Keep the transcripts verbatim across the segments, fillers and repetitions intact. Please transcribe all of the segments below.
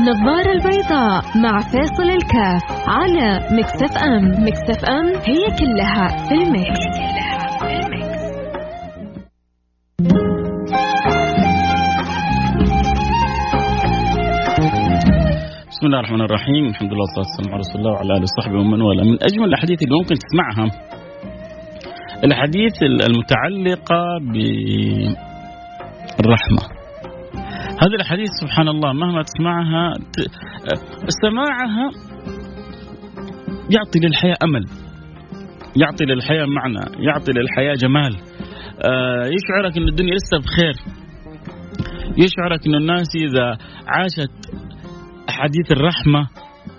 النظارة البيضاء مع فاصل الكاف على ميكس اف ام. ميكس اف ام هي كلها في الميكس. بسم الله الرحمن الرحيم. الحمد لله والصلاة والسلام على رسول الله وعلى آله وصحبه ومن والاه. من أجمل الأحاديث اللي ممكن تسمعها الأحاديث المتعلقة بالرحمة. هذه الأحاديث سبحان الله مهما تسمعها سماعها يعطي للحياة أمل، يعطي للحياة معنى، يعطي للحياة جمال، يشعرك أن الدنيا لسه بخير، يشعرك أن الناس إذا عاشت أحاديث الرحمة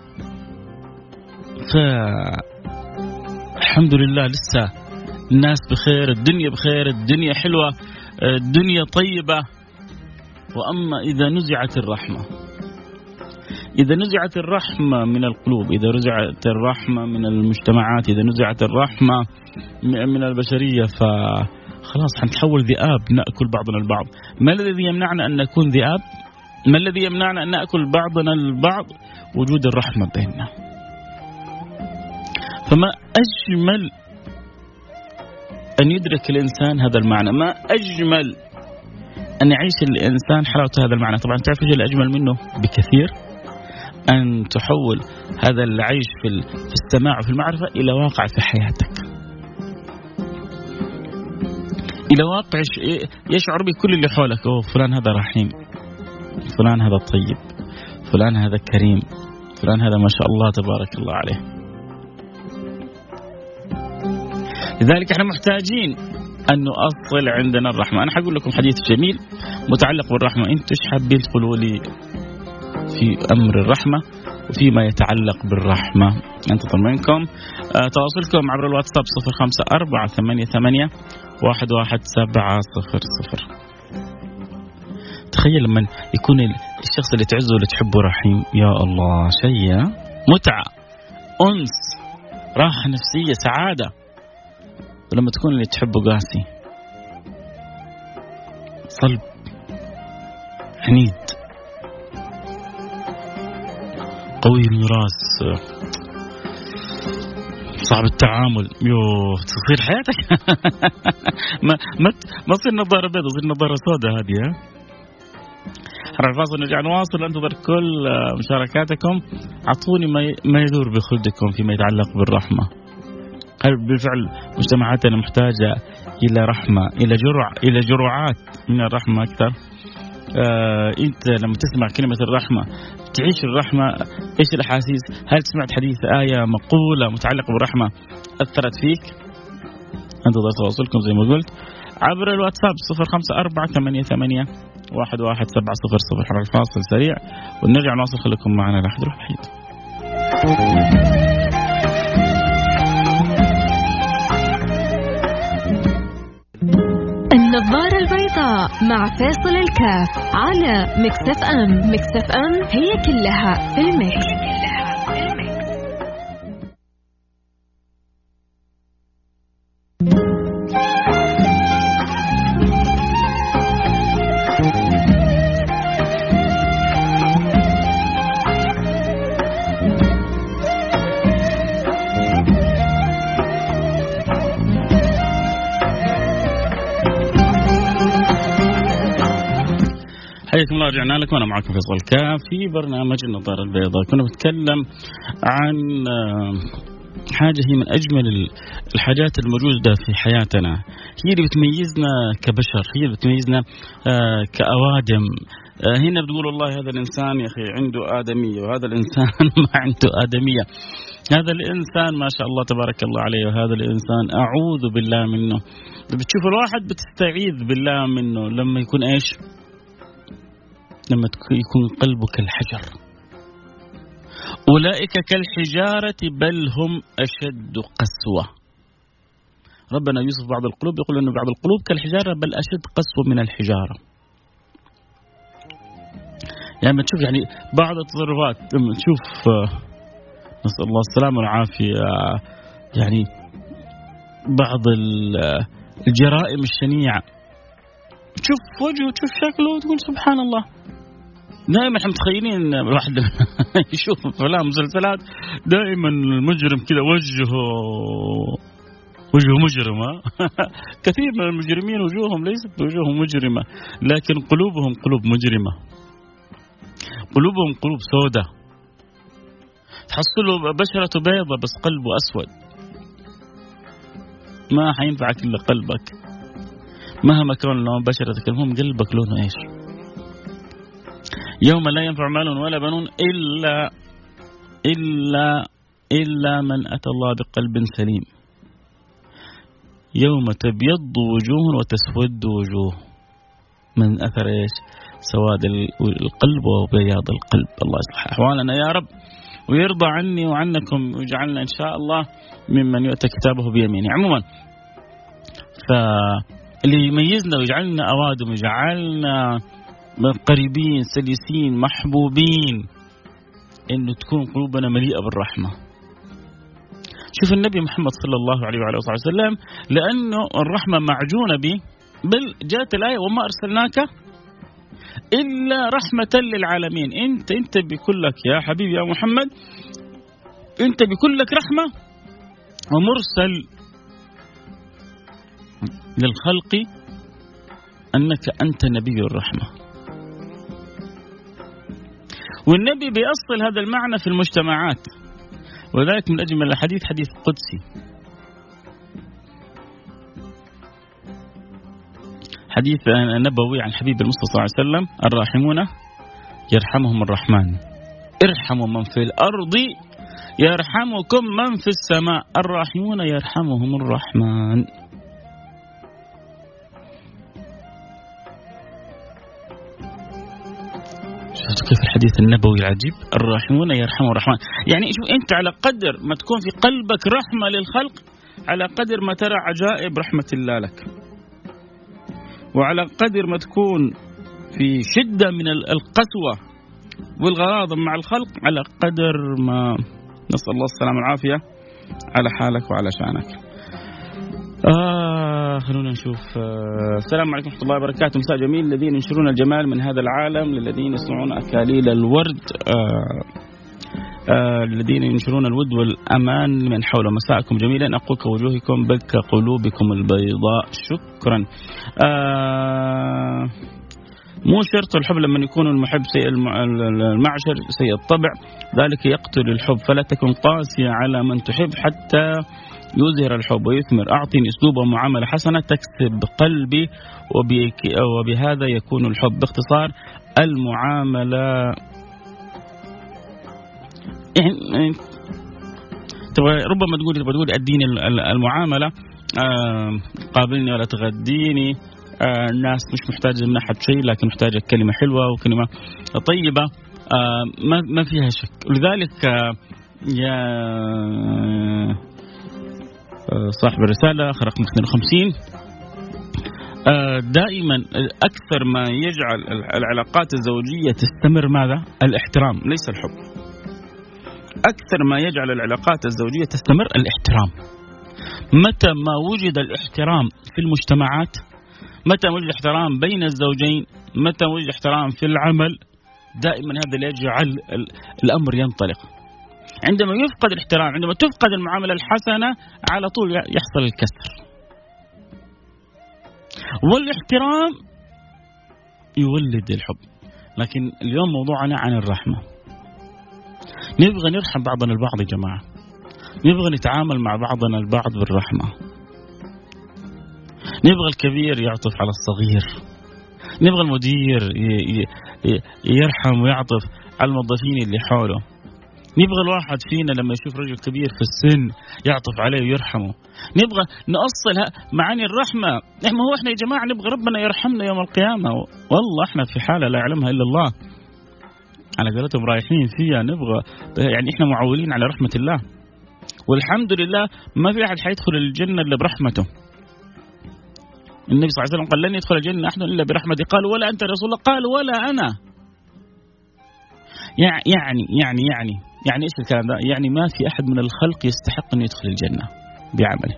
فالحمد لله لسه الناس بخير، الدنيا بخير، الدنيا حلوة، الدنيا طيبة. وأما إذا نزعت الرحمة، إذا نزعت الرحمة من القلوب، إذا نزعت الرحمة من المجتمعات، إذا نزعت الرحمة من البشرية فخلاص حنتحول ذئاب نأكل بعضنا البعض. ما الذي يمنعنا أن نكون ذئاب؟ ما الذي يمنعنا أن نأكل بعضنا البعض؟ وجود الرحمة بيننا. فما أجمل أن يدرك الإنسان هذا المعنى، ما أجمل أن يعيش الإنسان حلاوة هذا المعنى. طبعا تعرف ايش الأجمل منه بكثير؟ أن تحول هذا العيش في في السماع وفي المعرفة إلى واقع في حياتك، إلى واقع يشعر به كل اللي حولك. أوه فلان هذا رحيم، فلان هذا طيب، فلان هذا كريم، فلان هذا ما شاء الله تبارك الله عليه. لذلك احنا محتاجين أن نؤصل عندنا الرحمة. أنا حقول لكم حديث جميل متعلق بالرحمة، أنتوا إيش حابين تقولوا لي في أمر الرحمة وفيما يتعلق بالرحمة؟ أنتظر منكم آه تواصلكم عبر الواتساب صفر خمسة أربعة ثمانية ثمانية واحد واحد سبعة صفر صفر. تخيل لما يكون الشخص اللي تعزه واللي تحبه رحيم، يا الله شيء متعة، أنس، راحة نفسية، سعادة. ولما تكون اللي تحبه قاسي، صلب، عنيد، قوي المراس، صعب التعامل، يوه تصير حياتك ما ما ما تصير نظارة بيضاء، تصير نظارة سوداء هذه. ها راح الفاصل نرجع نواصل. انتظر كل مشاركاتكم، اعطوني ما يدور بخلدكم فيما يتعلق بالرحمة. هل بالفعل مجتمعاتنا محتاجة إلى رحمة، إلى جرع، إلى جرعات من الرحمة أكثر؟ آه، أنت لما تسمع كلمة الرحمة تعيش الرحمة، إيش الأحاسيس؟ هل سمعت حديث، آية، مقولة متعلقة بالرحمة أثرت فيك؟ انتظر تواصلكم زي ما قلت عبر الواتساب صفر خمسة أربعة ثمانية ثمانية واحد واحد سبعة صفر صفر. حرر الفاصل سريع ونرجع نواصل. خليكم معنا لا أحد يروح بعيد. النظارة البيضاء مع فاصل الكاف على ميكس اف ام. ميكس اف ام هي كلها في الميكس. حياكم الله، رجعنا لكم. أنا معكم فيصل الكاف في برنامج النظارة البيضاء. كنا بنتكلم عن حاجة هي من أجمل الحاجات الموجودة في حياتنا، هي اللي بتميزنا كبشر، هي اللي بتميزنا كأوادم. هنا بتقول والله هذا الإنسان يا أخي عنده آدمية، وهذا الإنسان ما عنده آدمية. هذا الإنسان ما شاء الله تبارك الله عليه، وهذا الإنسان أعوذ بالله منه. بتشوف الواحد بتستعيذ بالله منه لما يكون إيش؟ لما يكون قلبه كالحجر. أولئك كالحجارة بل هم أشد قسوة. ربنا يوصف بعض القلوب يقول أنه بعض القلوب كالحجارة بل أشد قسوة من الحجارة. يعني ما تشوف يعني بعض التصرفات، لما تشوف نسأل الله السلامة والعافية يعني بعض الجرائم الشنيعة، تشوف وجهه، تشوف شكله وتقول سبحان الله. دائما احنا متخيلين الواحد يشوف افلام مسلسلات دائما المجرم كذا وجهه وجهه مجرمه. كثير من المجرمين وجوههم ليست وجوههم مجرمه، لكن قلوبهم قلوب مجرمه، قلوبهم قلوب سوداء، تحصله بشرته بيضة بس قلبه أسود. ما حينفعك إلا قلبك مهما كان لون بشرتك، المهم قلبك لونه إيش. يوم لا ينفع مال ولا بنون إلا إلا إلا من أتى الله بقلب سليم. يوم تبيض وجوه وتسود وجوه من أثر إيش؟ سواد القلب وبياض القلب. الله يصلح أحوالنا يا رب ويرضى عني وعنكم ويجعلنا إن شاء الله ممن يؤتى كتابه بيمينه. عموما فاللي يميزنا ويجعلنا أوادم ويجعلنا قريبين سلسين محبوبين إنه تكون قلوبنا مليئة بالرحمة. شوف النبي محمد صلى الله عليه وعلى آله وسلم، لأنه الرحمة معجونة به، بل جاءت الآية وما أرسلناك إلا رحمة للعالمين. أنت أنت بكلك يا حبيبي يا محمد، أنت بكلك رحمة ومرسل للخلق، أنك أنت نبي الرحمة. والنبي بيصل هذا المعنى في المجتمعات، وذلك من أجمل الحديث حديث قدسي، حديث نبوي عن حبيب المصطفى صلى الله عليه وسلم: الراحمون يرحمهم الرحمن، ارحموا من في الأرض يرحمكم من في السماء، الراحمون يرحمهم الرحمن. شفتوا كيف الحديث النبوي العجيب؟ الراحمون يرحمهم الرحمن. يعني شوف أنت على قدر ما تكون في قلبك رحمة للخلق، على قدر ما ترى عجائب رحمة الله لك، وعلى قدر ما تكون في شدة من القسوة والغلاظة مع الخلق، على قدر ما نسأل الله السلامة والعافية على حالك وعلى شأنك. آه خلونا نشوف. آه السلام عليكم ورحمة الله وبركاته. مساء جميل للذين ينشرون الجمال من هذا العالم، للذين يصنعون أكاليل الورد، آه آه الذين ينشرون الود والأمان من حوله. مساءكم جميلا، أقول كوجوهكم بل كقلوبكم البيضاء. شكرا. آه مو شرط الحب لما يكون المحب سيء المعشر سيء الطبع، ذلك يقتل الحب، فلا تكن قاسية على من تحب حتى يظهر الحب ويثمر. أعطني أسلوب ومعاملة حسنة تكسب قلبي وبهذا يكون الحب. باختصار المعاملة يعني تبغى ربما تقول تبغى تقول اديني المعاملة، آه قابلني ولا تغديني، آه الناس مش محتاجة من أحد شيء لكن محتاجة كلمة حلوة وكلمة طيبة، آه ما ما فيها شك. ولذلك آه يا آه صاحب الرسالة رقم اثنين وخمسين، آه دائما أكثر ما يجعل العلاقات الزوجية تستمر ماذا؟ الاحترام ليس الحب. أكثر ما يجعل العلاقات الزوجية تستمر الاحترام. متى ما وجد الاحترام في المجتمعات، متى وجد الاحترام بين الزوجين، متى وجد احترام في العمل، دائما هذا اللي يجعل الأمر ينطلق. عندما يفقد الاحترام، عندما تفقد المعاملة الحسنة، على طول يحصل الكسر. والاحترام يولد الحب. لكن اليوم موضوعنا عن الرحمة. نبغى نرحم بعضنا البعض يا جماعة، نبغى نتعامل مع بعضنا البعض بالرحمة، نبغى الكبير يعطف على الصغير، نبغى المدير يرحم ويعطف على الموظفين اللي حوله، نبغى الواحد فينا لما يشوف رجل كبير في السن يعطف عليه ويرحمه. نبغى نأصل معاني الرحمة. نحن هو احنا يا جماعة نبغى ربنا يرحمنا يوم القيامة، والله احنا في حالة لا يعلمها إلا الله، على قولتهم رايحين فيها. نبغى يعني احنا معولين على رحمة الله، والحمد لله ما في أحد حيدخل الجنة إلا برحمته. النبي صلى الله عليه وسلم قال لن يدخل الجنة أحد إلا برحمته، قال ولا أنت رسول الله؟ قال ولا أنا. يعني يعني يعني يعني يعني إيش الكلام ده؟ يعني ما في أحد من الخلق يستحق أن يدخل الجنة بعمله.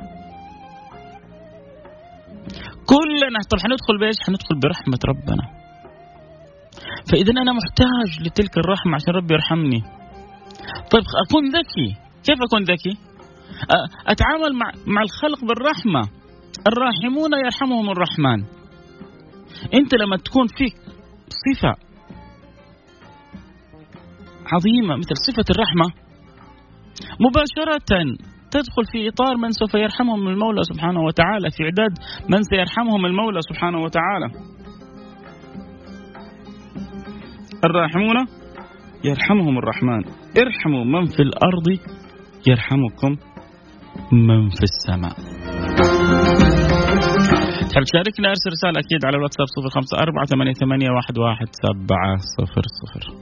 كلنا طب حندخل بإيش؟ حندخل برحمة ربنا. فإذا أنا محتاج لتلك الرحمة عشان ربي يرحمني. طيب أكون ذكي، كيف أكون ذكي؟ أتعامل مع مع الخلق بالرحمة. الراحمون يرحمهم الرحمن. أنت لما تكون فيك صفة عظيمة مثل صفة الرحمة مباشرة تدخل في إطار من سوف يرحمهم المولى سبحانه وتعالى، في إعداد من سيرحمهم المولى سبحانه وتعالى. الراحمون يرحمهم الرحمن. ارحموا من في الأرض يرحمكم من في السماء. تحب تشاركنا؟ ارسل رسالة أكيد على الواتساب صفر خمسة أربعة ثمانية ثمانية واحد واحد سبعة صفر صفر.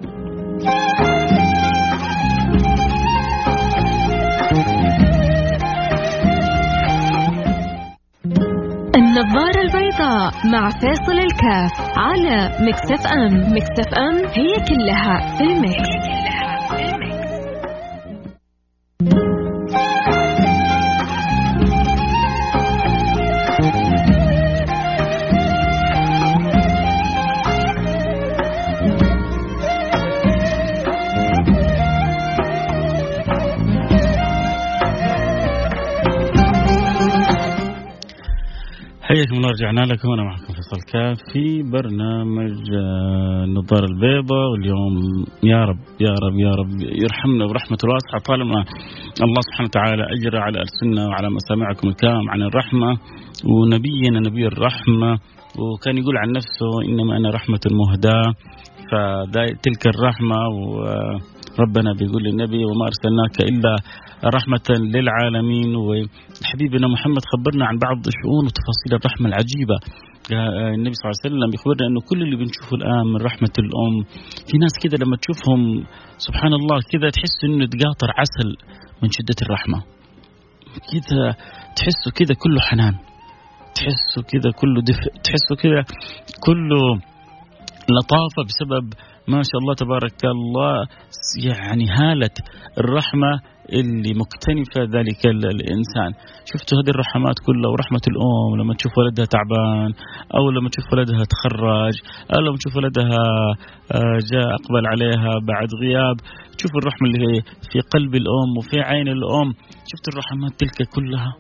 النظارة البيضاء مع فاصل الكاف على ميكس اف ام. ميكس اف ام هي كلها في الميكس. حياكم الله، رجعنا لكم وانا معكم فيصل كاف في برنامج النظارة البيضاء. واليوم يا رب يا رب يا رب يرحمنا برحمته الواسعة. طالما الله سبحانه وتعالى أجرى على ألسنة وعلى مسامعكم الكرام عن الرحمة، ونبينا نبي الرحمة وكان يقول عن نفسه إنما أنا رحمة مهداة، فتلك الرحمة. وربنا بيقول للنبي وما أرسلناك إلا رحمة للعالمين. وحبيبنا محمد خبرنا عن بعض شؤون وتفاصيل الرحمة العجيبة. النبي صلى الله عليه وسلم يخبرنا أنه كل اللي بنشوفه الآن من رحمة الأم، في ناس كده لما تشوفهم سبحان الله كده تحس أنه تقاطر عسل من شدة الرحمة، كده تحسه كده كله حنان، تحسه كده كله دفء، تحسه كده كله لطافة بسبب ما شاء الله تبارك الله، يعني هالة الرحمة اللي مكتنفة ذلك الإنسان. شفتوا هذه الرحمات كلها، ورحمة الأم لما تشوف ولدها تعبان، أو لما تشوف ولدها تخرج، أو لما تشوف ولدها جاء أقبل عليها بعد غياب، تشوف الرحمة اللي في قلب الأم وفي عين الأم. شفت الرحمات تلك كلها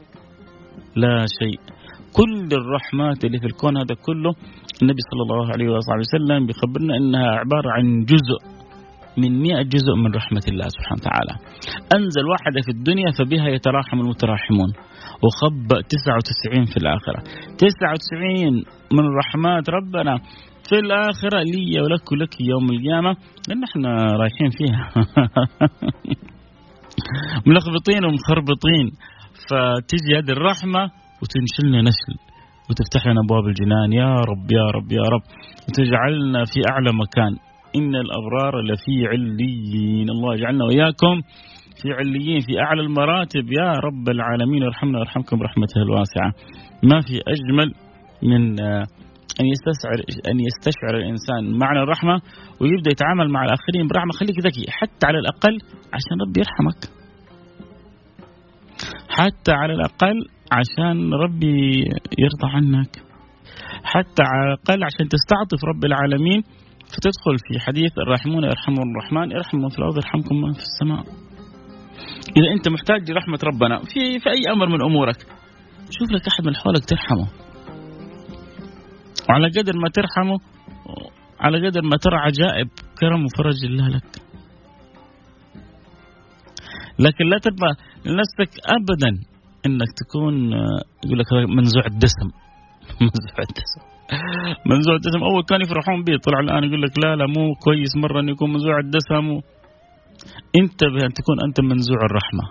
لا شيء. كل الرحمات اللي في الكون هذا كله النبي صلى الله عليه وسلم بيخبرنا أنها عبارة عن جزء من مئة جزء من رحمة الله سبحانه وتعالى. أنزل واحدة في الدنيا فبها يتراحم المتراحمون، وخبأ تسعة وتسعين في الآخرة. تسعة وتسعين من رحمات ربنا في الآخرة لي ولك ولك يوم القيامة، لأن احنا رايحين فيها ملخبطين ومخربطين. فتجي هذه الرحمة وتنشلنا نشل وتفتح لنا أبواب الجنان يا رب يا رب يا رب، وتجعلنا في أعلى مكان. إن الأبرار لفي عليين، الله يجعلنا وإياكم في عليين في أعلى المراتب يا رب العالمين. ويرحمنا ويرحمكم برحمته الواسعة. ما في أجمل من أن يستشعر أن يستشعر الإنسان معنى الرحمة ويبدأ يتعامل مع الآخرين برحمة. خليك ذكي حتى على الأقل عشان ربي يرحمك، حتى على الأقل عشان ربي يرضى عنك، حتى على الأقل عشان تستعطف رب العالمين. فتدخل في حديث الراحمون يرحمهم الرحمن، ارحموا في الأرض يرحمكم من في السماء. إذا أنت محتاج لرحمة ربنا في في أي أمر من أمورك، شوف لك أحد من حولك ترحمه، وعلى قدر ما ترحمه على قدر ما ترى عجائب كرم وفرج الله لك. لكن لا ترضى لنفسك أبدا إنك تكون يقول لك منزوع الدسم منزوع الدسم منزوع الدسم. أول كان يفرحون به، طلع الآن يقول لك لا لا مو كويس مرة أن يكون منزوع الدسم. أنت بأن تكون أنت منزوع الرحمة،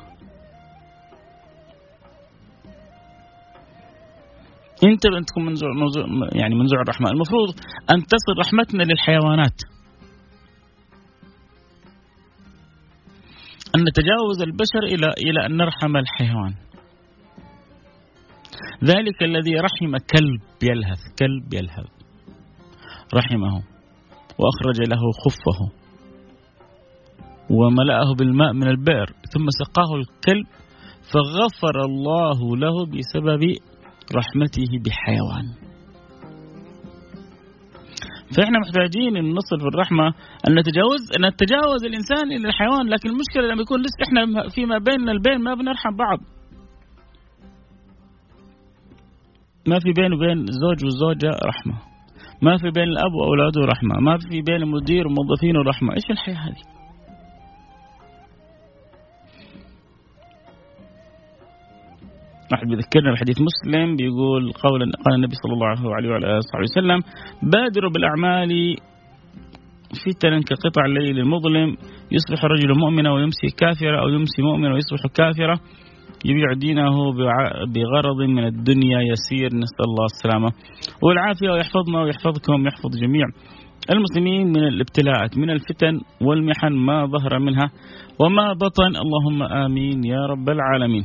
أنت بأن تكون منزوع يعني منزوع الرحمة. المفروض أن تصل رحمتنا للحيوانات، أن نتجاوز البشر إلى إلى أن نرحم الحيوان. ذلك الذي رحم كلب يلهث، كلب يلهث رحمه وأخرج له خفه وملأه بالماء من البئر ثم سقاه الكلب فغفر الله له بسبب رحمته بحيوان. فإحنا محتاجين أن نصل في الرحمة، أن نتجاوز أن نتجاوز الإنسان إلى الحيوان. لكن المشكلة لما يكون لسه إحنا فيما بيننا البين ما بنرحم بعض، ما في بين وبين الزوج والزوجة رحمة، ما في بين الأب وأولاده رحمة، ما في بين المدير وموظفينه رحمة. إيش الحياة هذه؟ واحد بيذكرنا بحديث مسلم بيقول قولا قال النبي صلى الله عليه وعلى آله وسلم: بادروا بالأعمال فتنا كقطع الليل المظلم، يصبح الرجل مؤمنا ويمسي كافرا، أو يمسي مؤمنا ويصبح كافرا، يبيع دينه بغرض من الدنيا يسير. نسأل الله السلامة والعافية، ويحفظنا ويحفظكم ويحفظ جميع المسلمين من الابتلاءات، من الفتن والمحن ما ظهر منها وما بطن، اللهم آمين يا رب العالمين.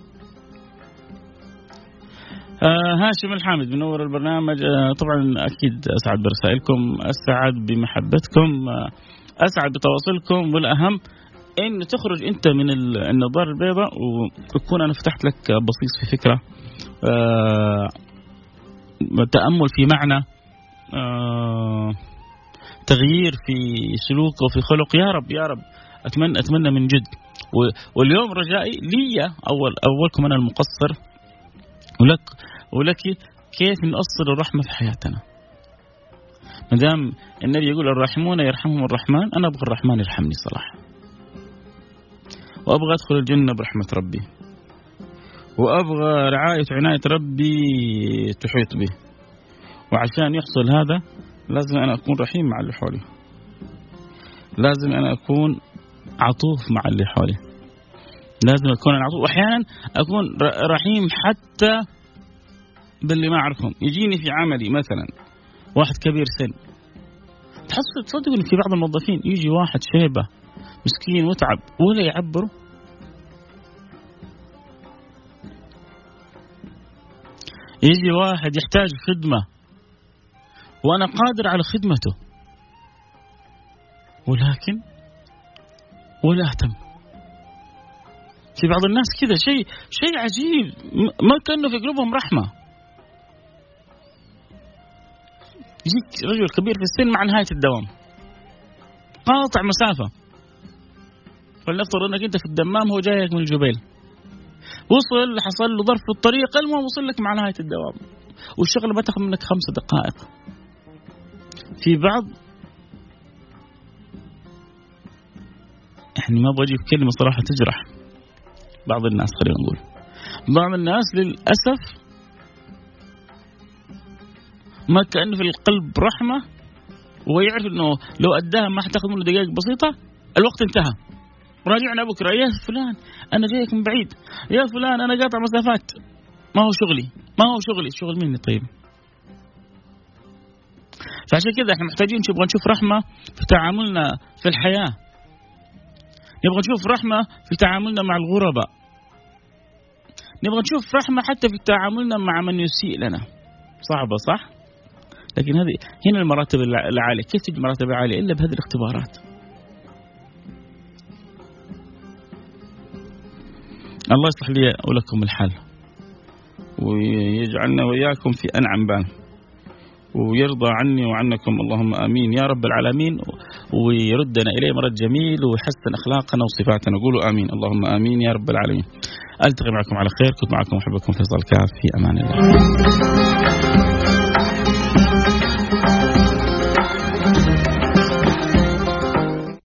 آه هاشم الحامد منور البرنامج. آه طبعا أكيد أسعد برسائلكم، أسعد بمحبتكم، آه أسعد بتواصلكم، والأهم إن تخرج أنت من النظارة البيضاء وتكون أنا فتحت لك بصيص في فكرة، آه تأمل في معنى، آه تغيير في سلوك وفي خلق. يا رب يا رب أتمنى أتمنى من جد. واليوم رجائي لي أول أولكم أنا المقصر، ولك ولك كيف نأصل الرحمة في حياتنا. مدام النبي يقول الراحمون يرحمهم الرحمن، أنا أبغى الرحمن يرحمني صراحة، وأبغى أدخل الجنة برحمة ربي، وأبغى رعاية عناية ربي تحيط به. وعشان يحصل هذا لازم أنا أكون رحيم مع اللي حولي، لازم أنا أكون عطوف مع اللي حولي، لازم أكون عطوف، وأحيانا أكون رحيم حتى باللي ما أعرفهم. يجيني في عملي مثلا واحد كبير سن، تحصل تصدق إن في بعض الموظفين يجي واحد شيبة مسكين متعب ولا يعبره. يجي واحد يحتاج خدمة وأنا قادر على خدمته، ولكن ولا أهتم. في بعض الناس كذا شيء شيء عجيب، ما كانوا في قلوبهم رحمة. يجيك رجل كبير في السن مع نهاية الدوام، قاطع مسافة، فلنفترض أنك أنت في الدمام، هو جايك من الجبيل، وصل حصل له ظرف في الطريق، المهم وصل لك مع نهاية الدوام، والشغل ما تأخذ منك خمس دقائق. في بعض يعني ما بوجه كلمة صراحة تجرح بعض الناس، خلينا نقول بعض الناس للأسف ما كأن في القلب رحمة، ويعرف أنه لو أداها ما حتاخذ منه دقائق بسيطة، الوقت انتهى، راجعنا بكرة. يا فلان أنا جايك من بعيد، يا فلان أنا قاطع مسافات، ما هو شغلي ما هو شغلي شغل مني. طيب فعشان كذا احنا محتاجين نبغى نشوف رحمة في تعاملنا في الحياة، نبغى نشوف رحمة في تعاملنا مع الغرباء، نبغى نشوف رحمة حتى في تعاملنا مع من يسيء لنا. صعبة صح؟ لكن هذه هنا المراتب العالية. كيف تجي مراتب عالية إلا بهذه الاختبارات؟ الله يصلح لي ولكم الحال، ويجعلنا وإياكم في أنعم بال، ويرضى عني وعنكم اللهم آمين يا رب العالمين، ويردنا إليه مرد جميل، ويحسن أخلاقنا وصفاتنا. قولوا آمين اللهم آمين يا رب العالمين. ألتقي معكم على خير. كنت معكم أحبكم فيصل كاف، في أمان الله.